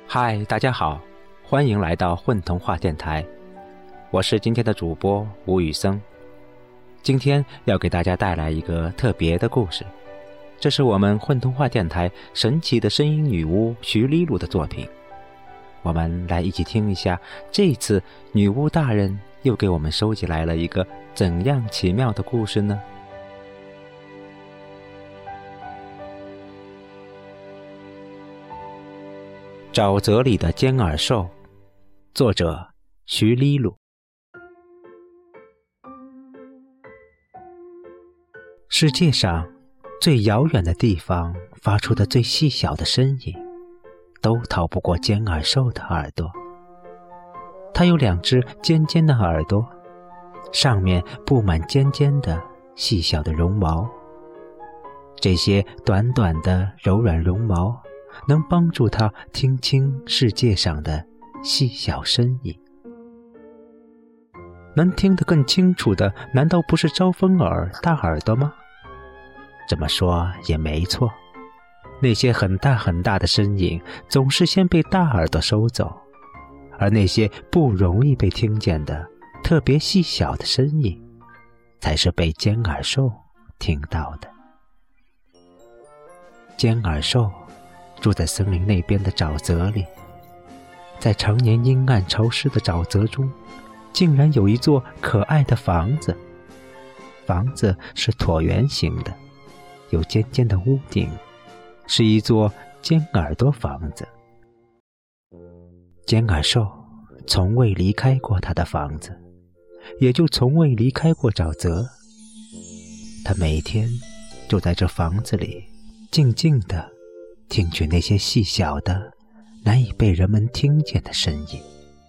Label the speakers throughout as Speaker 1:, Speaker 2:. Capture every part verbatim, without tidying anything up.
Speaker 1: 嗨，大家好，欢迎来到混童话电台，我是今天的主播吴宇森。今天要给大家带来一个特别的故事，这是我们混童话电台神奇的声音女巫徐丽露的作品。我们来一起听一下，这次女巫大人又给我们收集来了一个怎样奇妙的故事呢？沼泽里的尖耳兽，作者徐丽露。世界上最遥远的地方发出的最细小的声音，都逃不过尖耳兽的耳朵。它有两只尖尖的耳朵，上面布满尖尖的细小的绒毛。这些短短的柔软绒毛能帮助它听清世界上的细小声音。能听得更清楚的，难道不是招风耳大耳朵吗？这么说也没错，那些很大很大的声音总是先被大耳朵收走，而那些不容易被听见的特别细小的声音才是被尖耳兽听到的。尖耳兽住在森林那边的沼泽里，在常年阴暗潮湿的沼泽中，竟然有一座可爱的房子。房子是椭圆形的，有尖尖的屋顶，是一座尖耳朵房子。尖耳兽从未离开过他的房子，也就从未离开过沼泽。他每天就在这房子里静静地听取那些细小的难以被人们听见的声音。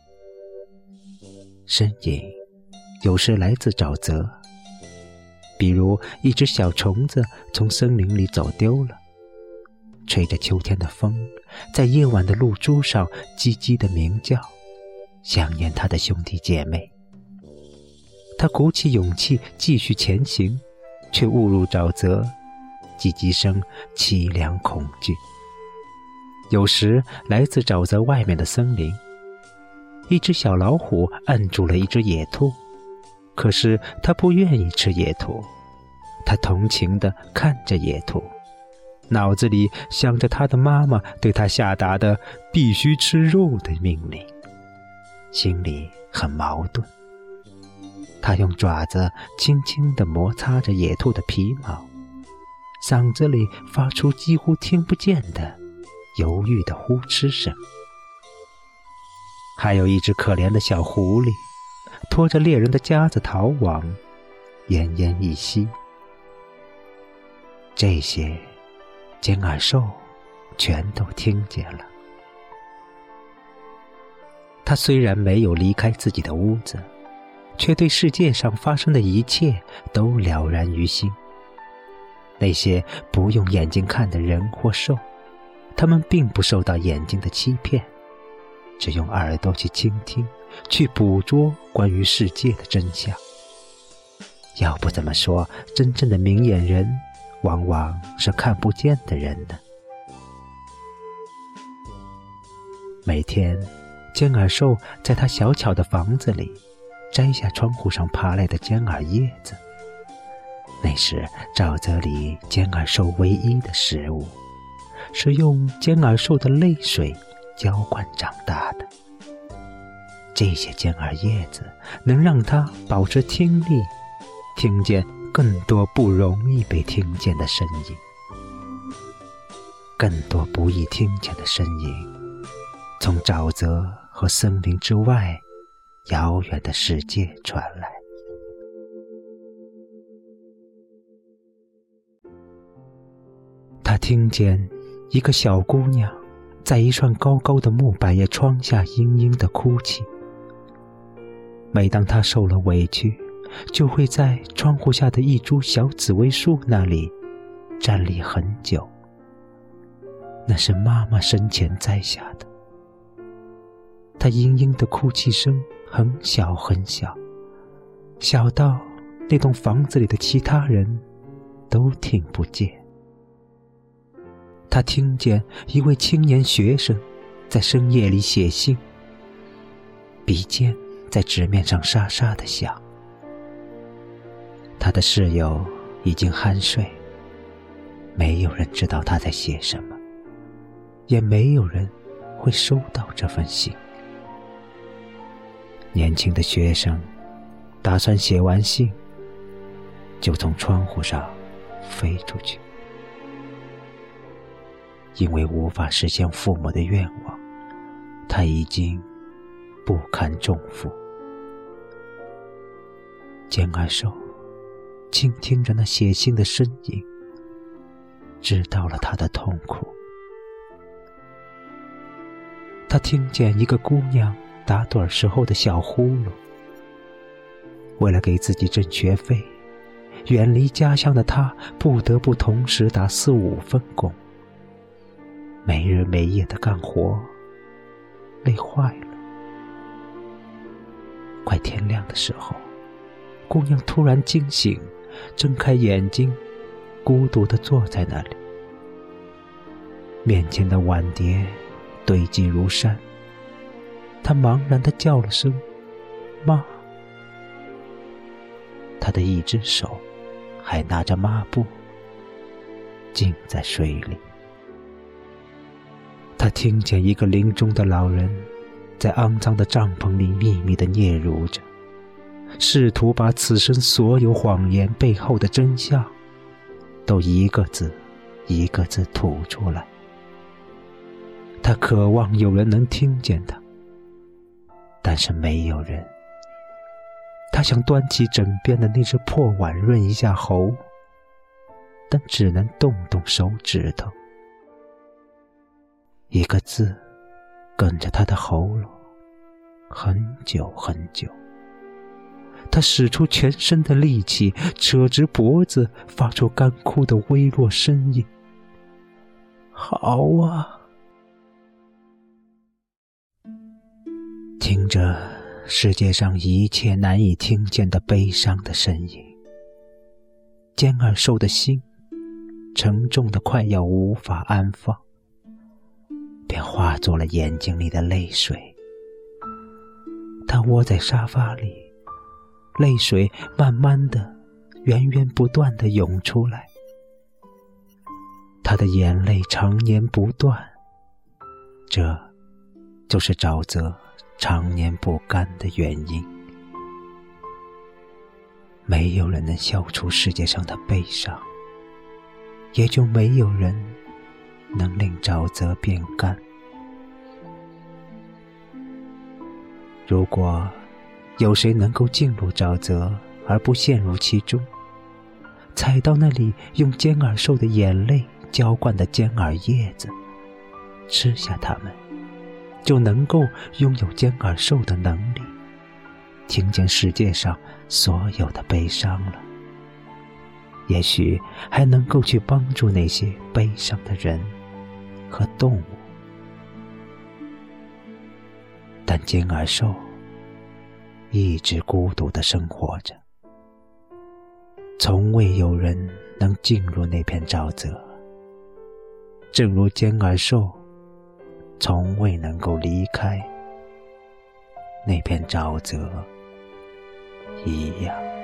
Speaker 1: 声音有时来自沼泽，比如一只小虫子从森林里走丢了，吹着秋天的风，在夜晚的露珠上叽叽地鸣叫，想念他的兄弟姐妹。他鼓起勇气继续前行，却误入沼泽，叽叽声凄凉恐惧。有时来自沼泽外面的森林，一只小老虎按住了一只野兔，可是它不愿意吃野兔，它同情地看着野兔，脑子里想着它的妈妈对它下达的必须吃肉的命令，心里很矛盾。它用爪子轻轻地摩擦着野兔的皮毛，嗓子里发出几乎听不见的犹豫的呼哧声。还有一只可怜的小狐狸，拖着猎人的夹子逃亡，奄奄一息。这些尖耳兽全都听见了。他虽然没有离开自己的屋子，却对世界上发生的一切都了然于心。那些不用眼睛看的人或兽，他们并不受到眼睛的欺骗，只用耳朵去倾听，去捕捉关于世界的真相。要不怎么说真正的明眼人往往是看不见的人呢？每天尖耳兽在他小巧的房子里摘下窗户上爬来的尖耳叶子，那是沼泽里尖耳兽唯一的食物，是用尖耳兽的泪水浇灌长大的。这些尖耳叶子能让它保持听力，听见更多不容易被听见的声音，更多不易听见的声音从沼泽和森林之外遥远的世界传来。他听见一个小姑娘在一串高高的木百叶窗下嘤嘤地哭泣。每当她受了委屈，就会在窗户下的一株小紫薇树那里站立很久，那是妈妈生前栽下的。她嘤嘤的哭泣声很小很小，小到那栋房子里的其他人都听不见。他听见一位青年学生在深夜里写信，笔尖在纸面上沙沙地响。他的室友已经酣睡，没有人知道他在写什么，也没有人会收到这份信。年轻的学生打算写完信就从窗户上飞出去，因为无法实现父母的愿望，他已经不堪重负。简二寿倾听着那写信的声音，知道了他的痛苦。他听见一个姑娘打盹时候的小呼噜。为了给自己挣学费，远离家乡的他不得不同时打四五份工，没日没夜的干活，累坏了。快天亮的时候，姑娘突然惊醒，睁开眼睛，孤独地坐在那里。面前的碗碟堆积如山，她茫然地叫了声妈。她的一只手还拿着抹布，浸在水里。她听见一个临终的老人在肮脏的帐篷里秘密地嗫嚅着，试图把此生所有谎言背后的真相都一个字一个字吐出来。他渴望有人能听见他，但是没有人。他想端起枕边的那只破碗润一下喉，但只能动动手指头。一个字哽着他的喉咙很久很久，他使出全身的力气，扯直脖子，发出干枯的微弱声音：好啊。听着世界上一切难以听见的悲伤的声音，简二寿的心沉重的快要无法安放，便化作了眼睛里的泪水。他窝在沙发里，泪水慢慢的源源不断地涌出来。他的眼泪常年不断，这就是沼泽常年不干的原因。没有人能消除世界上的悲伤，也就没有人能令沼泽变干。如果有谁能够进入沼泽而不陷入其中，踩到那里用尖耳兽的眼泪浇灌的尖耳叶子，吃下它们，就能够拥有尖耳兽的能力，听见世界上所有的悲伤了。也许还能够去帮助那些悲伤的人和动物。但尖耳兽一直孤独地生活着，从未有人能进入那片沼泽，正如尖耳兽从未能够离开那片沼泽一样。